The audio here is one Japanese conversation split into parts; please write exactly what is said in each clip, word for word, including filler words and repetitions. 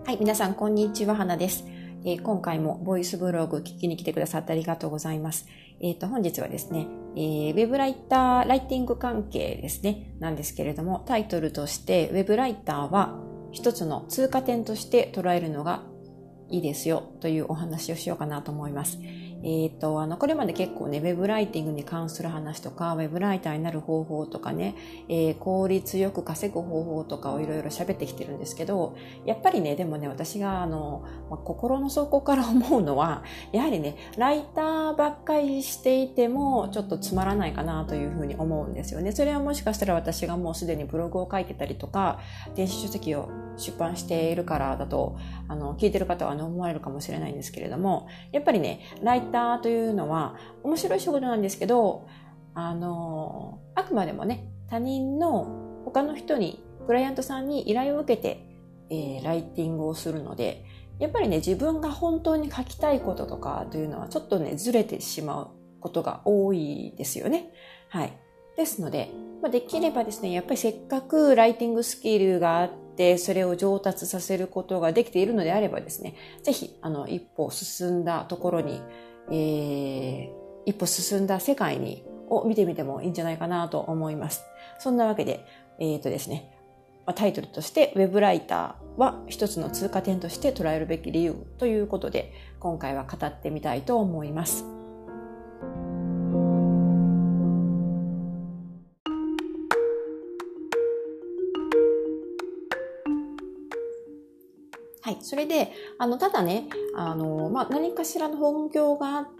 はい、皆さんこんにちは、花です。えー、今回もボイスブログ聞きに来てくださってありがとうございます。えっと、本日はですね、えー、ウェブライター、ライティング関係ですね、なんですけれども、タイトルとして、ウェブライターは一つの通過点として捉えるのがいいですよというお話をしようかなと思います。えっと、あの、これまで結構ね、ウェブライティングに関する話とか、ウェブライターになる方法とかね、えー、効率よく稼ぐ方法とかをいろいろ喋ってきてるんですけど、やっぱりね、でもね、私があの、まあ、心の底から思うのは、やはりね、ライターばっかりしていても、ちょっとつまらないかなというふうに思うんですよね。それはもしかしたら私がもうすでにブログを書いてたりとか、電子書籍を出版しているからだと、あの、聞いてる方は、ね、思われるかもしれないんですけれども、やっぱりね、ライターというのは面白い仕事なんですけど、あの、あくまでもね、他人の他の人に、クライアントさんに依頼を受けて、えー、ライティングをするので、やっぱりね、自分が本当に書きたいこととかというのはちょっとね、ずれてしまうことが多いですよね。はい。ですので、まあ、できればですね、やっぱりせっかくライティングスキルがあって、それを上達させることができているのであればですね、ぜひ、あの、一歩進んだところに、えー、一歩進んだ世界に、を見てみてもいいんじゃないかなと思います。そんなわけで、えっとですね、タイトルとして、ウェブライターは一つの通過点として捉えるべき理由ということで、今回は語ってみたいと思います。はい。それで、あの、ただね、あの、まあ、何かしらの本業があって、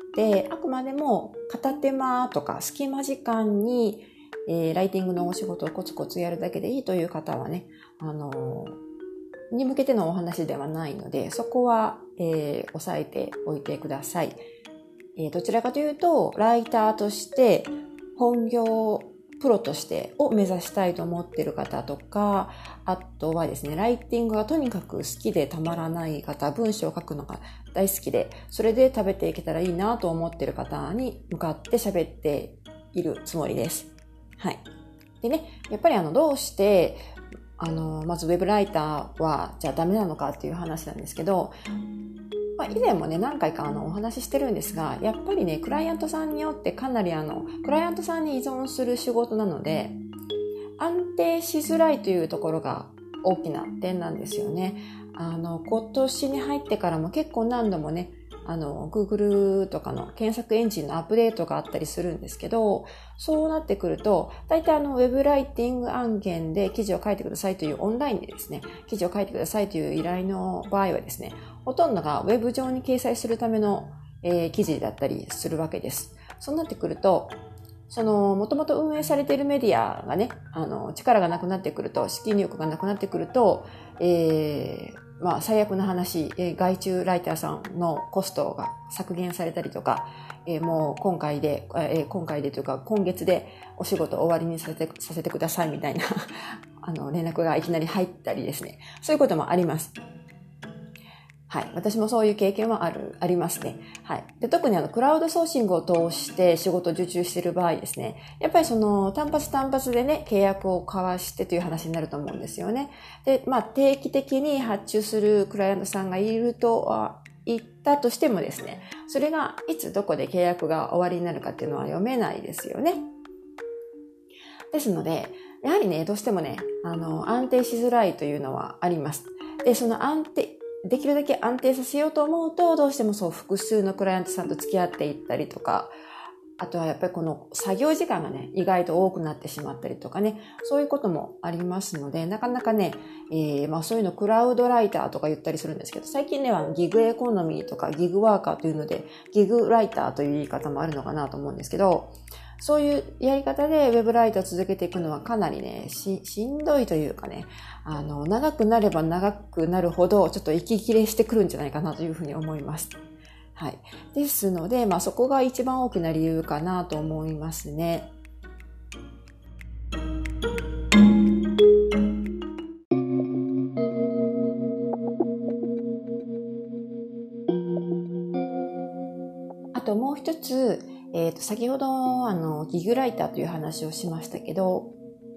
あくまでも片手間とか隙間時間に、えー、ライティングのお仕事をコツコツやるだけでいいという方はね、あの、に向けてのお話ではないので、そこは、えー、押さえておいてください。えー、どちらかというと、ライターとして本業プロとしてを目指したいと思っている方とか、あとはですね、ライティングがとにかく好きでたまらない方、文章を書くのが大好きで、それで食べていけたらいいなと思っている方に向かって喋っているつもりです。はい。でね、やっぱりあの、どうして、あの、まずウェブライターはじゃあダメなのかっていう話なんですけど、まあ、以前もね、何回かあのお話ししてるんですが、やっぱりね、クライアントさんによってかなりあの、クライアントさんに依存する仕事なので、安定しづらいというところが大きな点なんですよね。あの、今年に入ってからも結構何度もね、あの、Google とかの検索エンジンのアップデートがあったりするんですけど、そうなってくると、大体あの、ウェブライティング案件で記事を書いてくださいというオンラインでですね、記事を書いてくださいという依頼の場合はですね、ほとんどがウェブ上に掲載するための、えー、記事だったりするわけです。そうなってくると、その、もともと運営されているメディアがね、あの、力がなくなってくると、資金力がなくなってくると、えー、まあ、最悪な話、えー、外注ライターさんのコストが削減されたりとか、えー、もう今回で、えー、今回でというか、今月でお仕事終わりにさせて、させてくださいみたいな、あの、連絡がいきなり入ったりですね。そういうこともあります。はい。私もそういう経験はある、ありますね。はい。で、特にあの、クラウドソーシングを通して仕事を受注している場合ですね。やっぱりその、単発単発でね、契約を交わしてという話になると思うんですよね。で、まあ、定期的に発注するクライアントさんがいるとは言ったとしてもですね、それがいつどこで契約が終わりになるかっていうのは読めないですよね。ですので、やはりね、どうしてもね、あの、安定しづらいというのはあります。で、その安定、できるだけ安定させようと思うと、どうしてもそう複数のクライアントさんと付き合っていったりとか、あとはやっぱりこの作業時間がね、意外と多くなってしまったりとかね、そういうこともありますので、なかなかね、えー、まあそういうのクラウドライターとか言ったりするんですけど、最近ではギグエコノミーとかギグワーカーというので、ギグライターという言い方もあるのかなと思うんですけど、そういうやり方でウェブライターを続けていくのはかなりね、し、しんどいというかね、あの、長くなれば長くなるほど、ちょっと息切れしてくるんじゃないかなというふうに思います。はい。ですので、まあそこが一番大きな理由かなと思いますね。あともう一つ、えっと、先ほど、あの、ギグライターという話をしましたけど、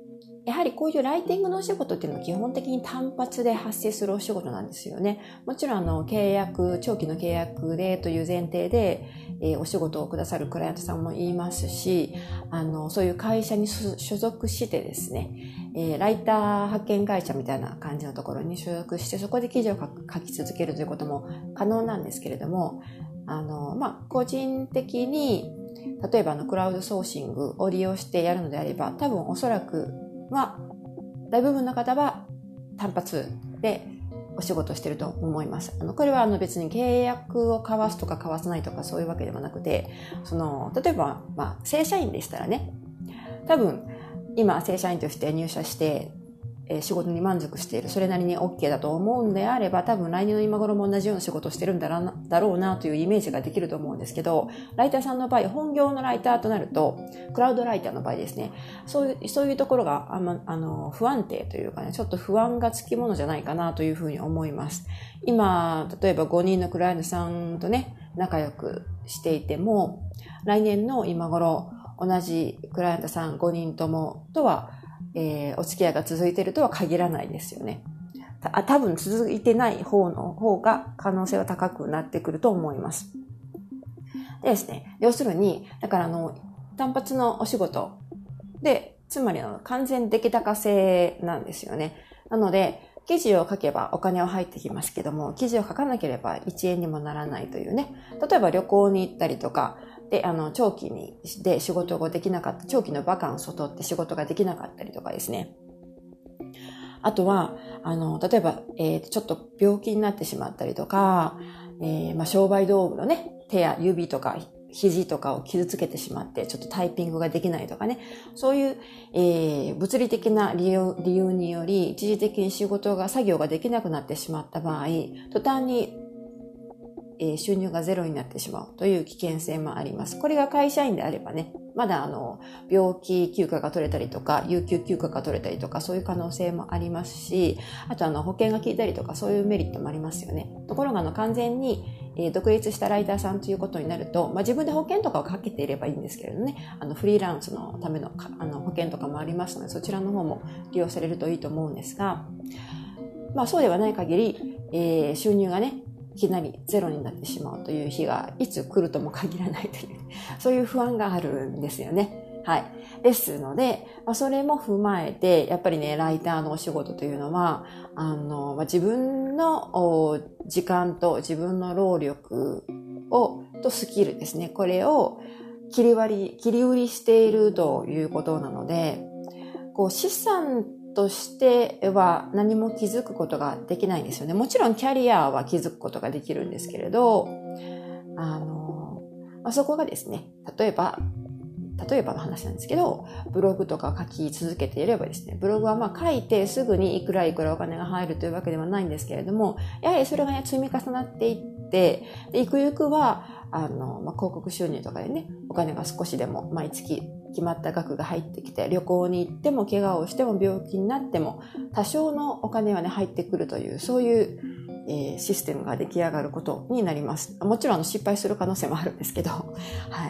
やはりこういうライティングのお仕事っていうのは基本的に単発で発生するお仕事なんですよね。もちろんあの契約、長期の契約でという前提で、えー、お仕事をくださるクライアントさんもいますし、あのそういう会社に所属してですね、えー、ライター派遣会社みたいな感じのところに所属して、そこで記事を書き続けるということも可能なんですけれども、あの、まあ、個人的に例えばあのクラウドソーシングを利用してやるのであれば、多分おそらくは大部分の方は単発でお仕事してると思います。あのこれはあの別に契約を交わすとか交わさないとかそういうわけではなくて、その例えばまあ正社員でしたらね、多分今正社員として入社してえー、仕事に満足している、それなりに OK だと思うんであれば、多分来年の今頃も同じような仕事をしてるんだろうだろうなというイメージができると思うんですけど、ライターさんの場合、本業のライターとなると、クラウドライターの場合ですね、そういう、そういうところがあんま、あの、不安定というかね、ちょっと不安がつきものじゃないかなというふうに思います。今、例えばごにんのクライアントさんとね、仲良くしていても、来年の今頃、同じクライアントさんごにんともとは、えー、お付き合いが続いているとは限らないですよね。た多分続いてない方の方が可能性は高くなってくると思います。でですね、要するに、だからあの、単発のお仕事で、つまりあの完全出来高制なんですよね。なので、記事を書けばお金は入ってきますけども、記事を書かなければいちえんにもならないというね。例えば旅行に行ったりとか、で、あの、長期に、で仕事ができなかった、長期のバカンスを取って仕事ができなかったりとかですね。あとは、あの、例えば、えー、ちょっと病気になってしまったりとか、えー、まあ、商売道具のね、手や指とか、肘とかを傷つけてしまって、ちょっとタイピングができないとかね、そういう、えー、物理的な理由、理由により、一時的に仕事が、作業ができなくなってしまった場合、途端にえー、収入がゼロになってしまうという危険性もあります。これが会社員であればね、まだあの、病気休暇が取れたりとか、有給休暇が取れたりとか、そういう可能性もありますし、あとあの、保険が効いたりとか、そういうメリットもありますよね。ところがあの、完全に、えー、独立したライターさんということになると、まあ、自分で保険とかをかけていればいいんですけれどね、あの、フリーランスのための、あの、保険とかもありますので、そちらの方も利用されるといいと思うんですが、まあ、そうではない限り、えー、収入がね、いきなりゼロになってしまうという日がいつ来るとも限らないという、そういう不安があるんですよね。はい。ですので、まあ、それも踏まえて、やっぱりね、ライターのお仕事というのは、あの、まあ、自分の時間と自分の労力を、とスキルですね。これを切り割り、切り売りしているということなので、こう、資産としては何も気づくことができないんですよね。もちろんキャリアは気づくことができるんですけれど、あの、まあ、そこがですね、例えば、例えばの話なんですけど、ブログとか書き続けていればですね、ブログはまあ書いてすぐにいくらいくらお金が入るというわけではないんですけれども、やはりそれがね、積み重なっていって、でゆくゆくは、あの、まあ、広告収入とかでね、お金が少しでも毎月決まった額が入ってきて、旅行に行っても怪我をしても病気になっても多少のお金はね入ってくるという、そういう、えー、システムが出来上がることになります。もちろん失敗する可能性もあるんですけど、はい。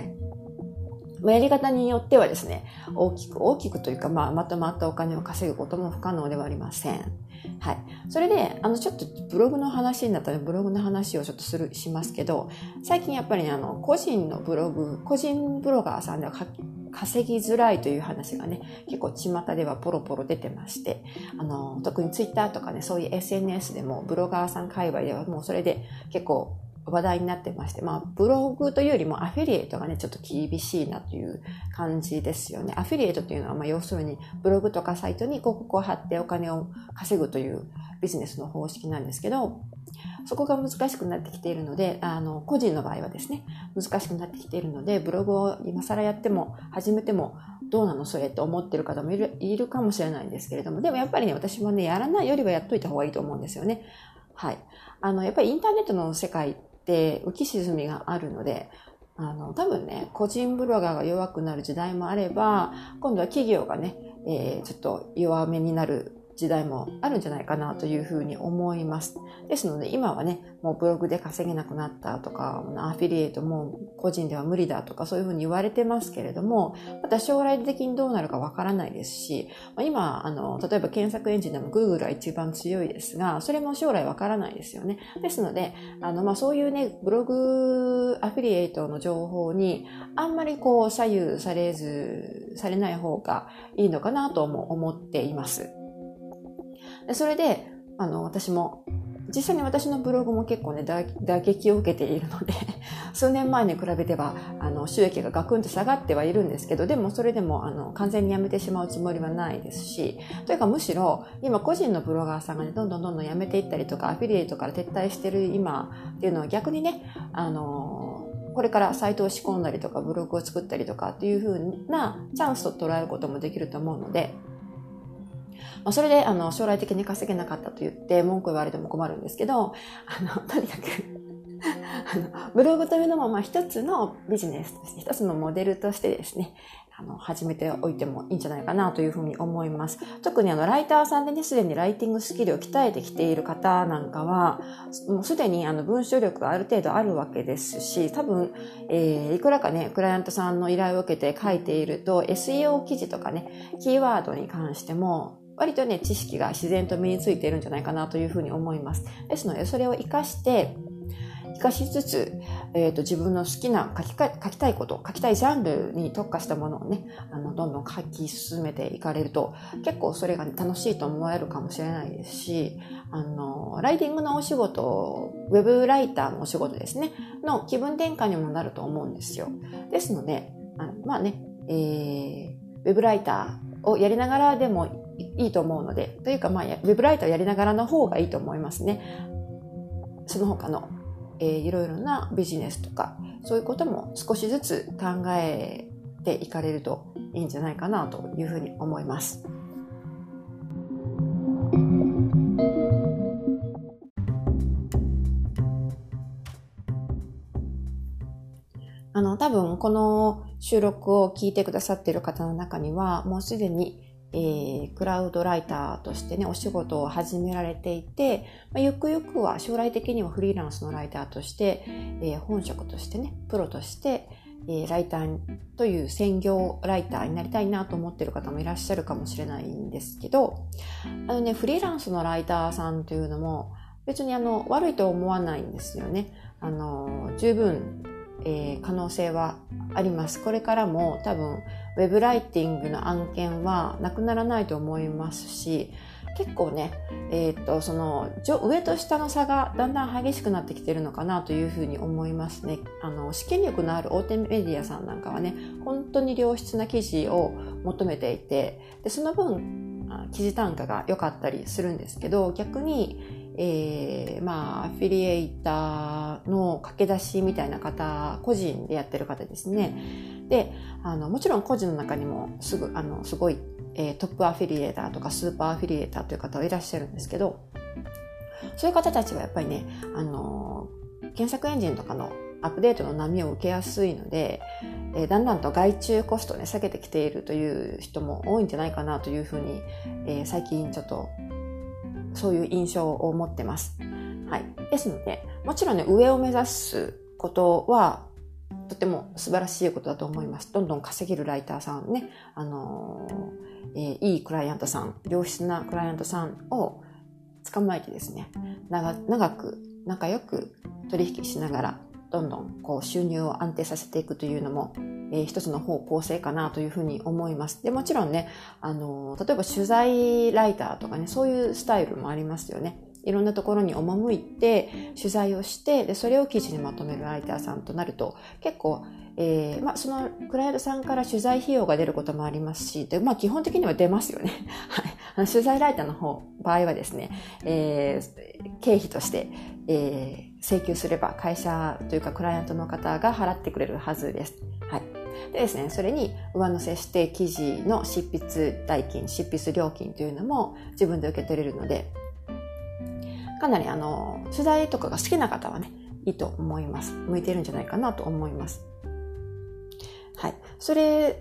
やり方によってはですね、大きく大きくというか、まあ、まとまったお金を稼ぐことも不可能ではありません。はい。それで、あの、ちょっとブログの話になったらブログの話をちょっとする、しますけど、最近やっぱりね、あの、個人のブログ、個人ブロガーさんでは稼ぎづらいという話がね、結構巷ではポロポロ出てまして、あの、特にツイッターとかね、そういう エスエヌエス でもブロガーさん界隈ではもうそれで結構話題になってまして、まあ、ブログというよりもアフィリエイトがね、ちょっと厳しいなという感じですよね。アフィリエイトというのは、まあ、要するにブログとかサイトに広告を貼ってお金を稼ぐというビジネスの方式なんですけど、そこが難しくなってきているので、あの、個人の場合はですね、難しくなってきているので、ブログを今更やっても、始めても、どうなのそれって思ってる方もいる、いるかもしれないんですけれども、でもやっぱりね、私もね、やらないよりはやっといた方がいいと思うんですよね。はい。あの、やっぱりインターネットの世界で浮き沈みがあるので、あの、多分ね、個人ブロガーが弱くなる時代もあれば、今度は企業がね、えー、ちょっと弱めになる時代もあるんじゃないかなというふうに思います。ですので今はね、もうブログで稼げなくなったとか、アフィリエイトも個人では無理だとかそういうふうに言われてますけれども、また将来的にどうなるかわからないですし、今、あの、例えば検索エンジンでも Google が一番強いですが、それも将来わからないですよね。ですので、あの、まあ、そういうね、ブログアフィリエイトの情報にあんまりこう左右されず、されない方がいいのかなとも思っています。でそれで、あの、私も、実際に私のブログも結構ね、打撃を受けているので、数年前に比べては、あの、収益がガクンと下がってはいるんですけど、でもそれでも、あの、完全にやめてしまうつもりはないですし、というかむしろ、今個人のブロガーさんがね、どんどんどんどんやめていったりとか、アフィリエイトから撤退してる今っていうのは逆にね、あの、これからサイトを仕込んだりとか、ブログを作ったりとかっていう風なチャンスと捉えることもできると思うので、まあ、それであの将来的に稼げなかったと言って文句言われても困るんですけど、あのとにかくあのブログというのもまあ一つのビジネスとして、一つのモデルとしてですね、あの始めておいてもいいんじゃないかなというふうに思います。特にあのライターさんでね、すでにライティングスキルを鍛えてきている方なんかは、もうすでにあの文章力がある程度あるわけですし、多分、えー、いくらかね、クライアントさんの依頼を受けて書いていると、エスイーオー 記事とかね、キーワードに関しても、割とね、知識が自然と身についているんじゃないかなというふうに思います。ですので、それを活かして、活かしつつ、えっと、自分の好きな書きか、書きたいこと、書きたいジャンルに特化したものをね、あの、どんどん書き進めていかれると、結構それが、ね、楽しいと思えるかもしれないですし、あの、ライティングのお仕事、ウェブライターのお仕事ですね、の気分転換にもなると思うんですよ。ですので、あのまあね、えー、ウェブライターをやりながらでもいいと思うので、というかまあ、ウェブライターをやりながらの方がいいと思いますね。その他の、えー、いろいろなビジネスとか、そういうことも少しずつ考えていかれるといいんじゃないかなというふうに思います。あの、多分この収録を聞いてくださっている方の中には、もうすでにえー、クラウドライターとしてね、お仕事を始められていて、まあ、ゆくゆくは将来的にはフリーランスのライターとして、えー、本職としてね、プロとして、えー、ライターという専業ライターになりたいなと思っている方もいらっしゃるかもしれないんですけど、あのね、フリーランスのライターさんというのも別にあの悪いと思わないんですよね。あの、十分、えー、可能性はあります。これからも多分ウェブライティングの案件はなくならないと思いますし、結構ね、えっと、その、上と下の差がだんだん激しくなってきてるのかなというふうに思いますね。あの、試験力のある大手メディアさんなんかはね、本当に良質な記事を求めていて、でその分、記事単価が良かったりするんですけど、逆に、えー、まあ、アフィリエイターの駆け出しみたいな方、個人でやってる方ですね。で、あの、もちろん個人の中にもすぐ、あの、すごい、えー、トップアフィリエイターとかスーパーアフィリエイターという方はいらっしゃるんですけど、そういう方たちはやっぱりね、あの、検索エンジンとかのアップデートの波を受けやすいので、えー、だんだんと外注コストをね、下げてきているという人も多いんじゃないかなというふうに、えー、最近ちょっと、そういう印象を持ってます。はい。ですので、もちろんね、上を目指すことは、とても素晴らしいことだと思います。どんどん稼げるライターさんね、あのーえー、いいクライアントさん、良質なクライアントさんを捕まえてですね、長、長く、仲良く取引しながら、どんどんこう収入を安定させていくというのも、えー、一つの方向性かなというふうに思います。で、もちろんね、あのー、例えば取材ライターとかね、そういうスタイルもありますよね。いろんなところに赴いて取材をして、でそれを記事にまとめるライターさんとなると結構、えーまあ、そのクライアントさんから取材費用が出ることもありますし、でまあ、基本的には出ますよね。はい、あの取材ライターの方場合はですね、えー、経費として、えー、請求すれば会社というかクライアントの方が払ってくれるはずです。はい。でですね、それに上乗せして記事の執筆代金、執筆料金というのも自分で受け取れるので、かなりあの、取材とかが好きな方はね、いいと思います。向いてるんじゃないかなと思います。はい。それ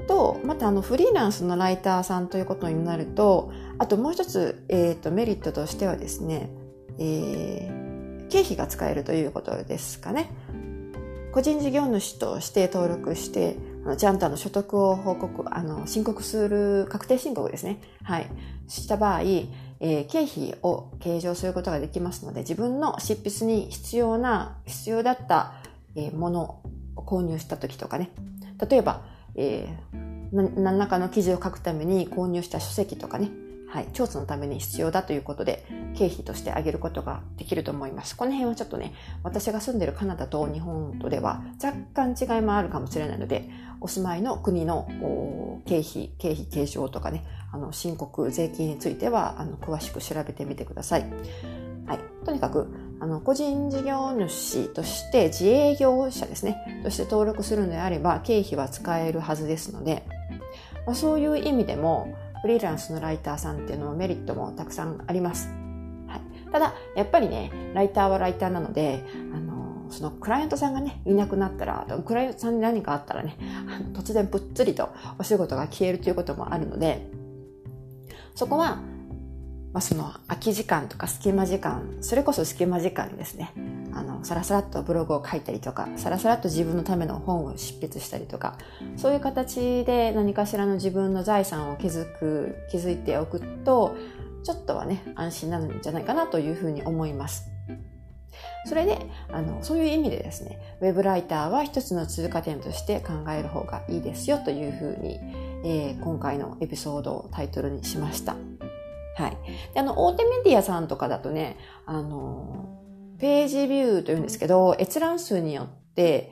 と、またあのフリーランスのライターさんということになると、あともう一つ、えーと、メリットとしてはですね、えー、経費が使えるということですかね。個人事業主として登録して、ちゃんとあの所得を報告、あの申告する、確定申告ですね。はい。した場合、えー、経費を計上することができますので、自分の執筆に必要な、必要だった、えー、ものを購入した時とかね。例えば、えー、何らかの記事を書くために購入した書籍とかね。はい。調査のために必要だということで、経費として挙げることができると思います。この辺はちょっとね、私が住んでいるカナダと日本とでは若干違いもあるかもしれないので、お住まいの国の経費、経費計上とかね、あの申告、税金についてはあの詳しく調べてみてください。はい。とにかく、あの、個人事業主として自営業者ですね、として登録するのであれば、経費は使えるはずですので、まあ、そういう意味でも、フリーランスのライターさんっていうのはメリットもたくさんあります。はい。ただ、やっぱりね、ライターはライターなので、あの、そのクライアントさんがね、いなくなったら、クライアントさんに何かあったらね、突然ぷっつりとお仕事が消えるということもあるので、そこは、まあ、その空き時間とか隙間時間、それこそ隙間時間にですね、あの、さらさらっとブログを書いたりとか、さらさらっと自分のための本を執筆したりとか、そういう形で何かしらの自分の財産を築く、築いておくと、ちょっとはね、安心なのじゃないかなというふうに思います。それで、あの、そういう意味でですね、ウェブライターは一つの通過点として考える方がいいですよというふうに、えー、今回のエピソードをタイトルにしました。はい。で、あの、大手メディアさんとかだとね、あの、ページビューというんですけど、閲覧数によって、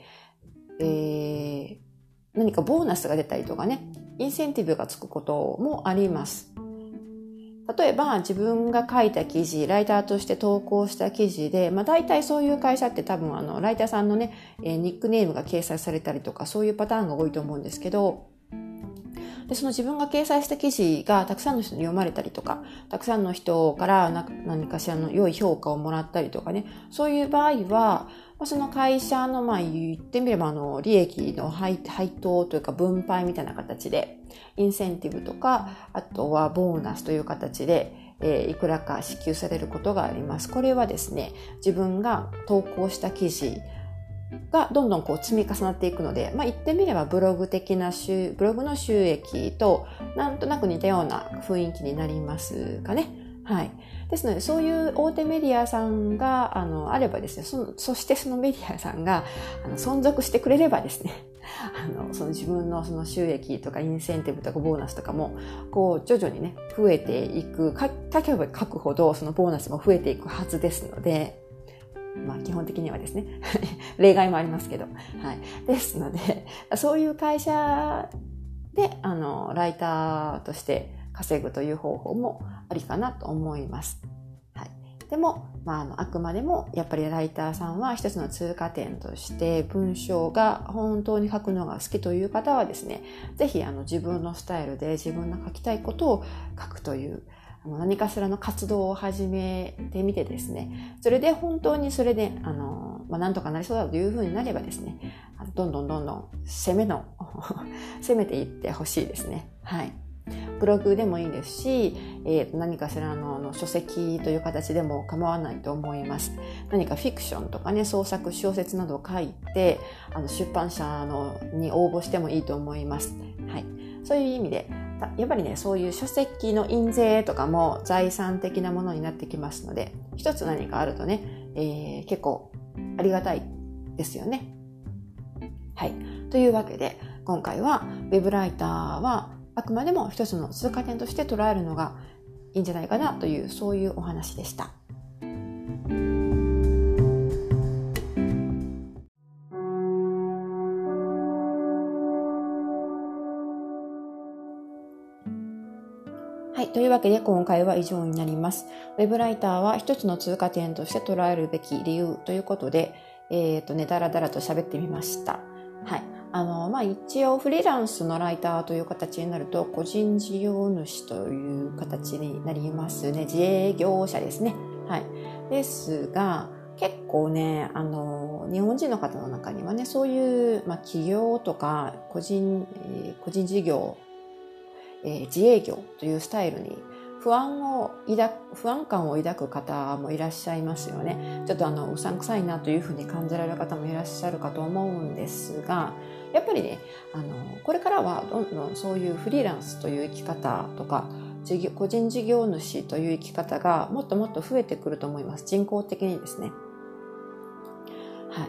えー、何かボーナスが出たりとかね、インセンティブがつくこともあります。例えば、自分が書いた記事、ライターとして投稿した記事で、まあ大体そういう会社って多分、あの、ライターさんのね、えー、ニックネームが掲載されたりとか、そういうパターンが多いと思うんですけど、で、その自分が掲載した記事がたくさんの人に読まれたりとか、たくさんの人から何かしらの良い評価をもらったりとかね、そういう場合は、その会社の、まあ言ってみれば、あの、利益の配当というか分配みたいな形で、インセンティブとか、あとはボーナスという形で、えー、いくらか支給されることがあります。これはですね、自分が投稿した記事がどんどんこう積み重なっていくので、まあ言ってみればブログ的な収、ブログの収益となんとなく似たような雰囲気になりますかね。はい。ですので、そういう大手メディアさんが、あの、あればですね、その、そしてそのメディアさんが、あの、存続してくれればですね、あの、その自分のその収益とかインセンティブとかボーナスとかも、こう、徐々にね、増えていく、書けば書くほど、そのボーナスも増えていくはずですので、まあ基本的にはですね例外もありますけど、はい、ですのでそういう会社であのライターとして稼ぐという方法もありかなと思います。はい、でも、まあ、あのあくまでもやっぱりライターさんは一つの通過点として文章が本当に書くのが好きという方はですね、ぜひあの自分のスタイルで自分の書きたいことを書くという何かしらの活動を始めてみてですね、それで本当にそれで、あの、まあ、なんとかなりそうだというふうになればですね、どんどんどんどん攻めの、攻めていってほしいですね。はい。ブログでもいいですし、えー、何かしらの、の書籍という形でも構わないと思います。何かフィクションとかね、創作小説などを書いて、あの出版社のに応募してもいいと思います。はい。そういう意味で、やっぱりね、そういう書籍の印税とかも財産的なものになってきますので、一つ何かあるとね、えー、結構ありがたいですよね。はい。というわけで、今回はウェブライターはあくまでも一つの通過点として捉えるのがいいんじゃないかなという、そういうお話でした。はい。というわけで今回は以上になります。ウェブライターは一つの通過点として捉えるべき理由ということで、えっとね、だらだらと喋ってみました。はい。あの、まあ、一応フリーランスのライターという形になると、個人事業主という形になりますね。自営業者ですね。はい。ですが、 結構ね、あの、日本人の方の中にはね、そういう、まあ、企業とか個人、えー個人事業、えー自営業というスタイルに不安を抱く、不安感を抱く方もいらっしゃいますよね。ちょっとあの、うさんくさいなというふうに感じられる方もいらっしゃるかと思うんですが、やっぱりね、あの、これからはどんどんそういうフリーランスという生き方とか、事業個人事業主という生き方がもっともっと増えてくると思います。人口的にですね。はい。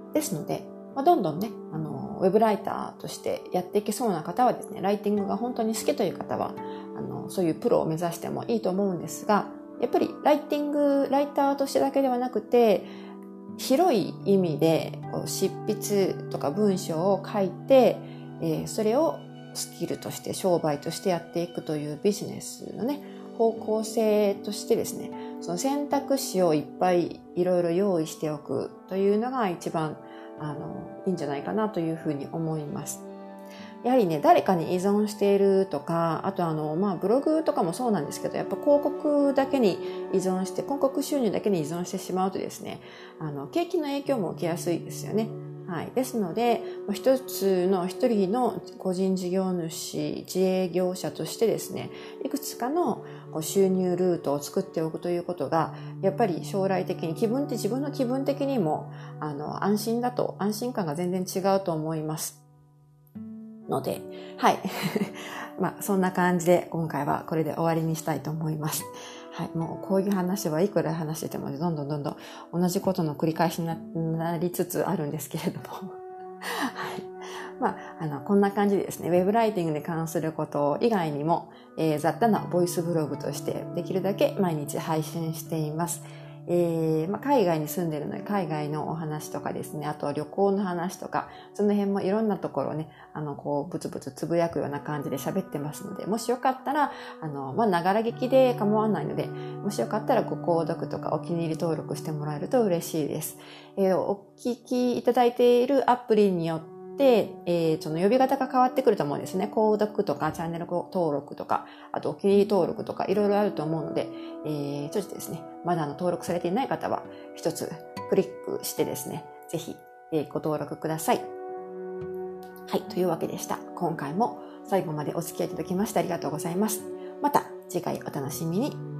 ですので、まあ、どんどんね、あの、ウェブライターとしてやっていけそうな方はですね、ライティングが本当に好きという方は、あの、そういうプロを目指してもいいと思うんですが、やっぱりライティング、ライターとしてだけではなくて、広い意味でこう執筆とか文章を書いて、えーそれをスキルとして商売としてやっていくというビジネスのね、方向性としてですね、その選択肢をいっぱいいろいろ用意しておくというのが一番あのいいんじゃないかなというふうに思います。やはりね、誰かに依存しているとか、あとあの、まあ、ブログとかもそうなんですけど、やっぱ広告だけに依存して、広告収入だけに依存してしまうとですね、あの、景気の影響も受けやすいですよね。はい。ですので、一つの、一人の個人事業主、自営業者としてですね、いくつかのこう収入ルートを作っておくということが、やっぱり将来的に気分って自分の気分的にも、あの、安心だと、安心感が全然違うと思います。ので、はい。まあ、そんな感じで今回はこれで終わりにしたいと思います。はい。もうこういう話はいくら話しててもどんどんどんどん同じことの繰り返しになりつつあるんですけれども。はい。まあ、あの、こんな感じでですね、ウェブライティングに関すること以外にも、えー、雑多なボイスブログとしてできるだけ毎日配信しています。えーまあ、海外に住んでるので海外のお話とかですね、あとは旅行の話とか、その辺もいろんなところをね、あの、こう、ブツブツつぶやくような感じで喋ってますので、もしよかったら、あの、まあ、ながら聞きで構わないので、もしよかったらご購読とかお気に入り登録してもらえると嬉しいです。えー、お聞きいただいているアプリによって、で、えー、その呼び方が変わってくると思うんですね。購読とかチャンネル登録とか、あとお気に入り登録とかいろいろあると思うので、えー、ちょっとですね、まだあの登録されていない方は一つクリックしてですね、ぜひ、えー、ご登録ください。はい、というわけでした。今回も最後までお付き合いいただきましてありがとうございます。また次回お楽しみに。